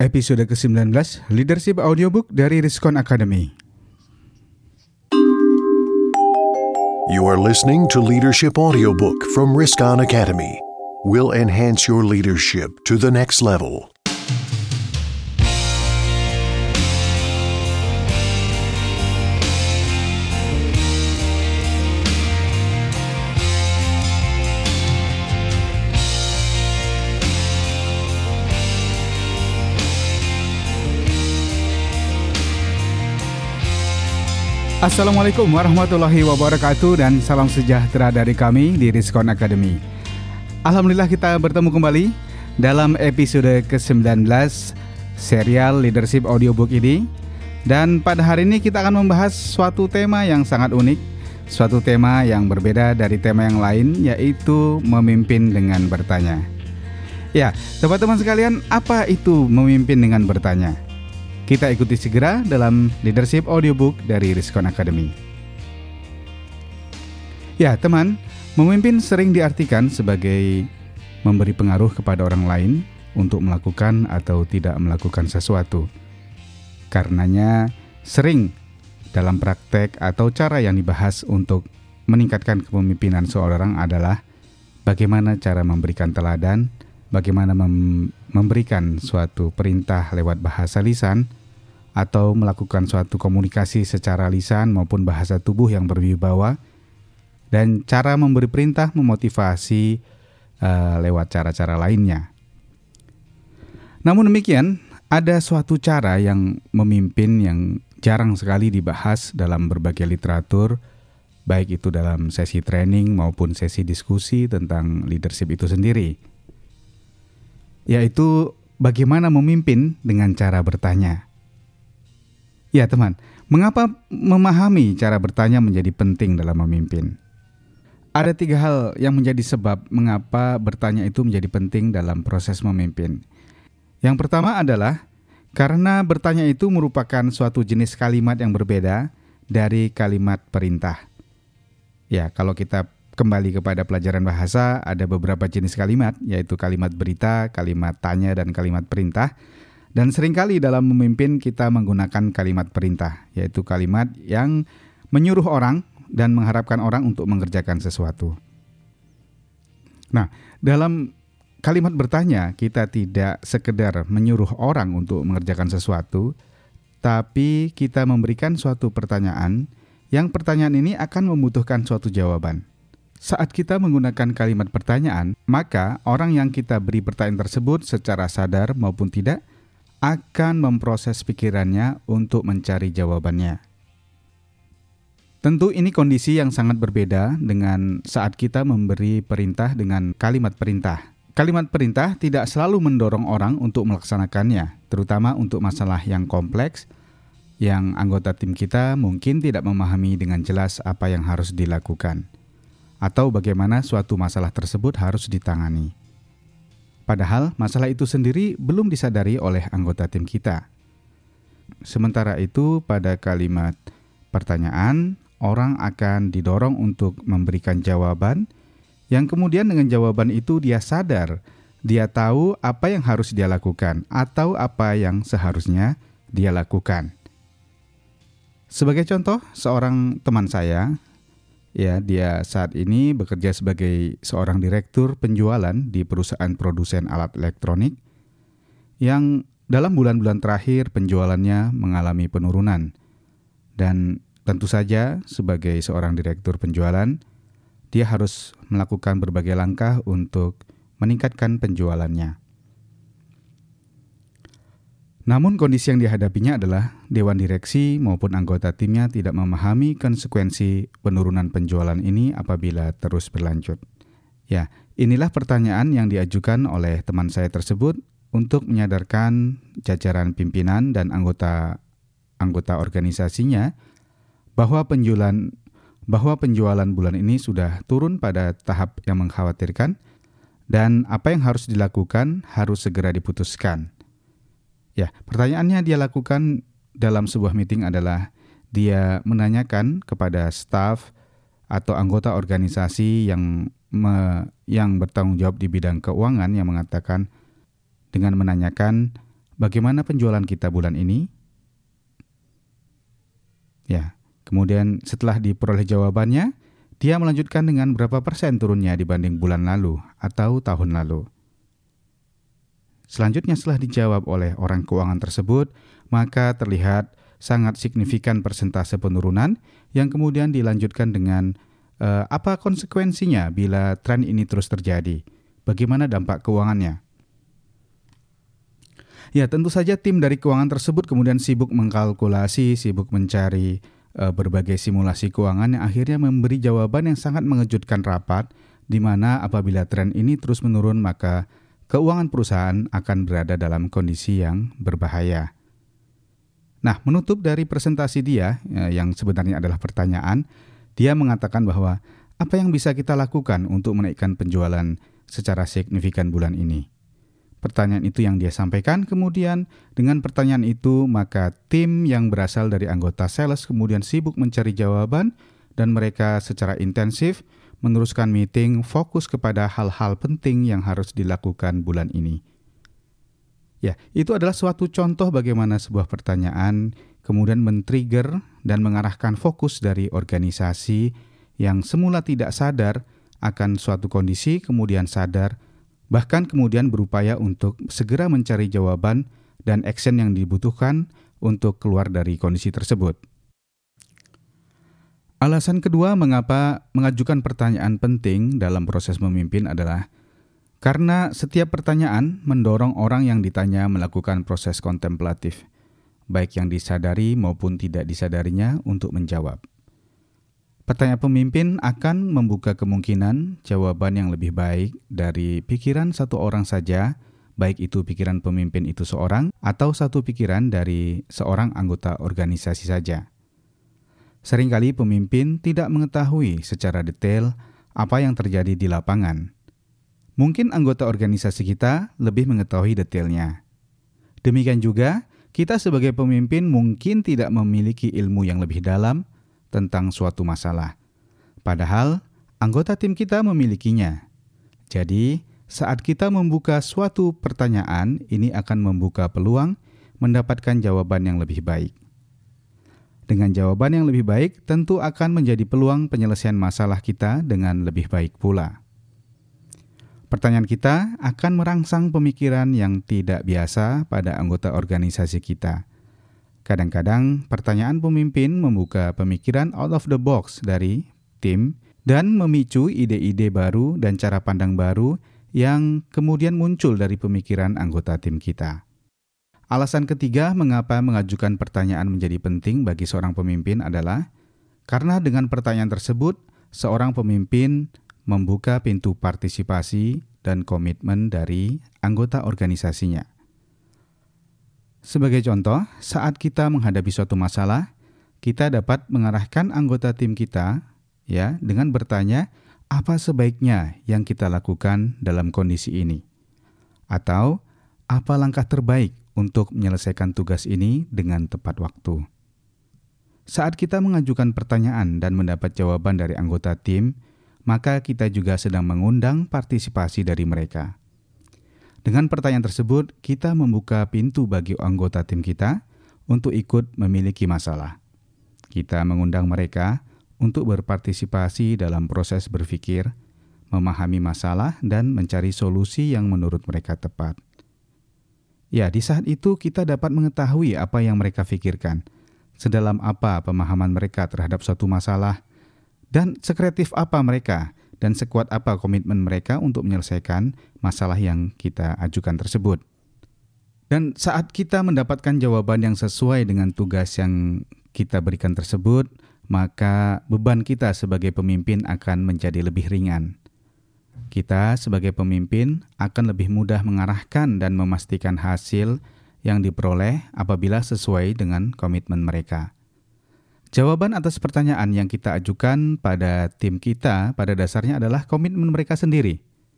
episode ke-19 Leadership Audiobook dari Riskon Academy. You are listening to Leadership Audiobook from Riskon Academy. Will enhance your leadership to the next level. Assalamualaikum warahmatullahi wabarakatuh dan salam sejahtera dari kami di Riskon Academy. Alhamdulillah kita bertemu kembali dalam episode ke-19 serial Leadership Audiobook ini. Dan pada hari ini kita akan membahas suatu tema yang sangat unik, suatu tema yang berbeda dari tema yang lain, yaitu memimpin dengan bertanya. Ya, teman-teman sekalian, apa itu memimpin dengan bertanya? Kita ikuti segera dalam Leadership Audiobook dari Riskon Academy. Ya, teman, memimpin sering diartikan sebagai memberi pengaruh kepada orang lain untuk melakukan atau tidak melakukan sesuatu. Karenanya, sering dalam praktek atau cara yang dibahas untuk meningkatkan kepemimpinan seorang adalah bagaimana cara memberikan teladan, bagaimana memberikan suatu perintah lewat bahasa lisan, atau melakukan suatu komunikasi secara lisan maupun bahasa tubuh yang berwibawa, dan cara memberi perintah memotivasi lewat cara-cara lainnya. Namun demikian, ada suatu cara yang memimpin yang jarang sekali dibahas dalam berbagai literatur, baik itu dalam sesi training maupun sesi diskusi tentang leadership itu sendiri, yaitu bagaimana memimpin dengan cara bertanya. Ya teman, mengapa memahami cara bertanya menjadi penting dalam memimpin? Ada 3 hal yang menjadi sebab mengapa bertanya itu menjadi penting dalam proses memimpin. Yang pertama adalah karena bertanya itu merupakan suatu jenis kalimat yang berbeda dari kalimat perintah. Ya, kalau kita kembali kepada pelajaran bahasa, ada beberapa jenis kalimat, yaitu kalimat berita, kalimat tanya, dan kalimat perintah. Dan seringkali dalam memimpin kita menggunakan kalimat perintah, yaitu kalimat yang menyuruh orang dan mengharapkan orang untuk mengerjakan sesuatu. Nah, dalam kalimat bertanya kita tidak sekedar menyuruh orang untuk mengerjakan sesuatu, tapi kita memberikan suatu pertanyaan yang pertanyaan ini akan membutuhkan suatu jawaban. Saat kita menggunakan kalimat pertanyaan, maka orang yang kita beri pertanyaan tersebut secara sadar maupun tidak akan memproses pikirannya untuk mencari jawabannya. Tentu ini kondisi yang sangat berbeda dengan saat kita memberi perintah dengan kalimat perintah. Kalimat perintah tidak selalu mendorong orang untuk melaksanakannya, terutama untuk masalah yang kompleks, yang anggota tim kita mungkin tidak memahami dengan jelas apa yang harus dilakukan, atau bagaimana suatu masalah tersebut harus ditangani. Padahal masalah itu sendiri belum disadari oleh anggota tim kita. Sementara itu pada kalimat pertanyaan, orang akan didorong untuk memberikan jawaban, yang kemudian dengan jawaban itu dia sadar, dia tahu apa yang harus dia lakukan atau apa yang seharusnya dia lakukan. Sebagai contoh, seorang teman saya, ya, dia saat ini bekerja sebagai seorang direktur penjualan di perusahaan produsen alat elektronik yang dalam bulan-bulan terakhir penjualannya mengalami penurunan. Dan tentu saja sebagai seorang direktur penjualan, dia harus melakukan berbagai langkah untuk meningkatkan penjualannya. Namun kondisi yang dihadapinya adalah dewan direksi maupun anggota timnya tidak memahami konsekuensi penurunan penjualan ini apabila terus berlanjut. Ya, inilah pertanyaan yang diajukan oleh teman saya tersebut untuk menyadarkan jajaran pimpinan dan anggota organisasinya bahwa penjualan bulan ini sudah turun pada tahap yang mengkhawatirkan dan apa yang harus dilakukan harus segera diputuskan. Ya, pertanyaannya dia lakukan dalam sebuah meeting adalah dia menanyakan kepada staf atau anggota organisasi yang bertanggung jawab di bidang keuangan yang mengatakan dengan menanyakan bagaimana penjualan kita bulan ini? Ya, kemudian setelah diperoleh jawabannya, dia melanjutkan dengan berapa persen turunnya dibanding bulan lalu atau tahun lalu. Selanjutnya setelah dijawab oleh orang keuangan tersebut, maka terlihat sangat signifikan persentase penurunan yang kemudian dilanjutkan dengan apa konsekuensinya bila tren ini terus terjadi. Bagaimana dampak keuangannya? Ya, tentu saja tim dari keuangan tersebut kemudian sibuk mengkalkulasi, sibuk mencari berbagai simulasi keuangan yang akhirnya memberi jawaban yang sangat mengejutkan rapat, di mana apabila tren ini terus menurun maka keuangan perusahaan akan berada dalam kondisi yang berbahaya. Nah, menutup dari presentasi dia, yang sebenarnya adalah pertanyaan, dia mengatakan bahwa apa yang bisa kita lakukan untuk menaikkan penjualan secara signifikan bulan ini. Pertanyaan itu yang dia sampaikan, kemudian dengan pertanyaan itu maka tim yang berasal dari anggota sales kemudian sibuk mencari jawaban dan mereka secara intensif meneruskan meeting fokus kepada hal-hal penting yang harus dilakukan bulan ini. Ya, itu adalah suatu contoh bagaimana sebuah pertanyaan kemudian men-trigger dan mengarahkan fokus dari organisasi yang semula tidak sadar akan suatu kondisi, kemudian sadar, bahkan kemudian berupaya untuk segera mencari jawaban dan action yang dibutuhkan untuk keluar dari kondisi tersebut. Alasan kedua mengapa mengajukan pertanyaan penting dalam proses memimpin adalah karena setiap pertanyaan mendorong orang yang ditanya melakukan proses kontemplatif, baik yang disadari maupun tidak disadarinya untuk menjawab. Pertanyaan pemimpin akan membuka kemungkinan jawaban yang lebih baik dari pikiran satu orang saja, baik itu pikiran pemimpin itu seorang atau satu pikiran dari seorang anggota organisasi saja. Seringkali pemimpin tidak mengetahui secara detail apa yang terjadi di lapangan. Mungkin anggota organisasi kita lebih mengetahui detailnya. Demikian juga, kita sebagai pemimpin mungkin tidak memiliki ilmu yang lebih dalam tentang suatu masalah. Padahal, anggota tim kita memilikinya. Jadi, saat kita membuka suatu pertanyaan, ini akan membuka peluang mendapatkan jawaban yang lebih baik. Dengan jawaban yang lebih baik, tentu akan menjadi peluang penyelesaian masalah kita dengan lebih baik pula. Pertanyaan kita akan merangsang pemikiran yang tidak biasa pada anggota organisasi kita. Kadang-kadang, pertanyaan pemimpin membuka pemikiran out of the box dari tim dan memicu ide-ide baru dan cara pandang baru yang kemudian muncul dari pemikiran anggota tim kita. Alasan ketiga mengapa mengajukan pertanyaan menjadi penting bagi seorang pemimpin adalah karena dengan pertanyaan tersebut, seorang pemimpin membuka pintu partisipasi dan komitmen dari anggota organisasinya. Sebagai contoh, saat kita menghadapi suatu masalah, kita dapat mengarahkan anggota tim kita dengan bertanya apa sebaiknya yang kita lakukan dalam kondisi ini. Atau apa langkah terbaik untuk menyelesaikan tugas ini dengan tepat waktu. Saat kita mengajukan pertanyaan dan mendapat jawaban dari anggota tim, maka kita juga sedang mengundang partisipasi dari mereka. Dengan pertanyaan tersebut, kita membuka pintu bagi anggota tim kita untuk ikut memiliki masalah. Kita mengundang mereka untuk berpartisipasi dalam proses berpikir, memahami masalah, dan mencari solusi yang menurut mereka tepat. Ya, di saat itu kita dapat mengetahui apa yang mereka pikirkan, sedalam apa pemahaman mereka terhadap suatu masalah, dan sekreatif apa mereka, dan sekuat apa komitmen mereka untuk menyelesaikan masalah yang kita ajukan tersebut. Dan saat kita mendapatkan jawaban yang sesuai dengan tugas yang kita berikan tersebut, maka beban kita sebagai pemimpin akan menjadi lebih ringan. Kita sebagai pemimpin akan lebih mudah mengarahkan dan memastikan hasil yang diperoleh apabila sesuai dengan komitmen mereka. Jawaban atas pertanyaan yang kita ajukan pada tim kita pada dasarnya adalah komitmen mereka sendiri.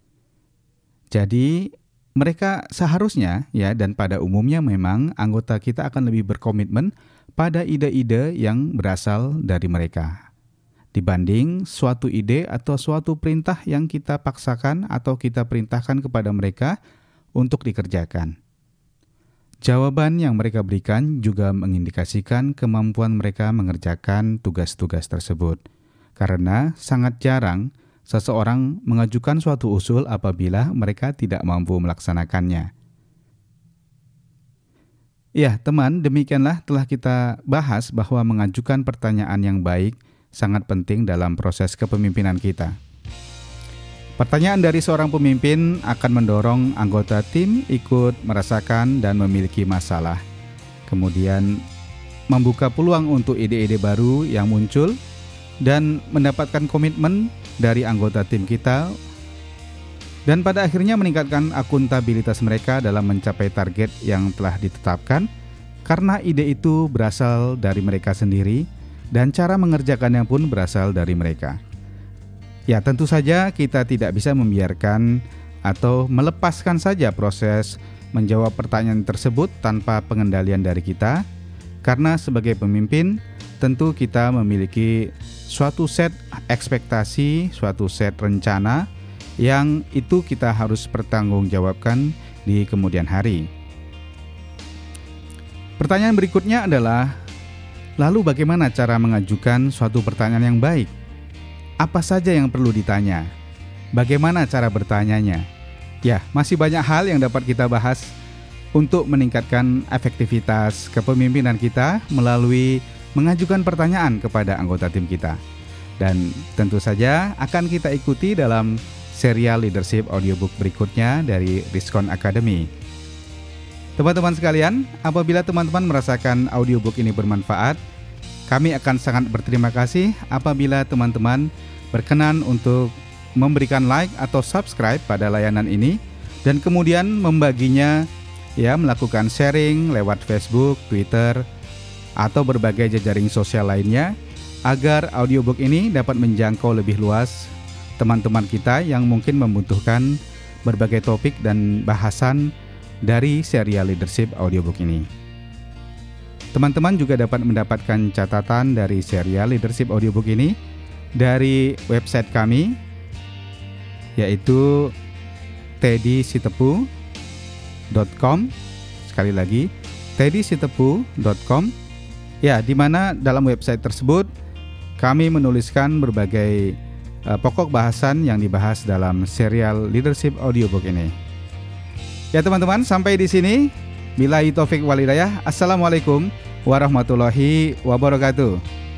Jadi mereka seharusnya dan pada umumnya memang anggota kita akan lebih berkomitmen pada ide-ide yang berasal dari mereka dibanding suatu ide atau suatu perintah yang kita paksakan atau kita perintahkan kepada mereka untuk dikerjakan. Jawaban yang mereka berikan juga mengindikasikan kemampuan mereka mengerjakan tugas-tugas tersebut. Karena sangat jarang seseorang mengajukan suatu usul apabila mereka tidak mampu melaksanakannya. Ya, teman, demikianlah telah kita bahas bahwa mengajukan pertanyaan yang baik sangat penting dalam proses kepemimpinan kita. Pertanyaan dari seorang pemimpin akan mendorong anggota tim ikut merasakan dan memiliki masalah. Kemudian membuka peluang untuk ide-ide baru yang muncul dan mendapatkan komitmen dari anggota tim kita, dan pada akhirnya meningkatkan akuntabilitas mereka dalam mencapai target yang telah ditetapkan, karena ide itu berasal dari mereka sendiri dan cara mengerjakannya pun berasal dari mereka. Ya, tentu saja kita tidak bisa membiarkan atau melepaskan saja proses menjawab pertanyaan tersebut tanpa pengendalian dari kita, karena sebagai pemimpin tentu kita memiliki suatu set ekspektasi, suatu set rencana yang itu kita harus pertanggungjawabkan di kemudian hari. Pertanyaan berikutnya adalah, lalu bagaimana cara mengajukan suatu pertanyaan yang baik? Apa saja yang perlu ditanya? Bagaimana cara bertanyanya? Ya, masih banyak hal yang dapat kita bahas untuk meningkatkan efektivitas kepemimpinan kita melalui mengajukan pertanyaan kepada anggota tim kita. Dan tentu saja akan kita ikuti dalam serial leadership audiobook berikutnya dari Riskon Academy. Teman-teman sekalian, apabila teman-teman merasakan audiobook ini bermanfaat, kami akan sangat berterima kasih apabila teman-teman berkenan untuk memberikan like atau subscribe pada layanan ini dan kemudian membaginya, ya, melakukan sharing lewat Facebook, Twitter, atau berbagai jejaring sosial lainnya agar audiobook ini dapat menjangkau lebih luas teman-teman kita yang mungkin membutuhkan berbagai topik dan bahasan dari serial leadership audiobook ini. Teman-teman juga dapat mendapatkan catatan dari serial leadership audiobook ini dari website kami, yaitu teddysitepu.com. Sekali lagi, teddysitepu.com. Ya, di mana dalam website tersebut kami menuliskan berbagai pokok bahasan yang dibahas dalam serial leadership audiobook ini. Ya teman-teman, sampai di sini. Billahi taufik wal hidayah. Assalamualaikum warahmatullahi wabarakatuh.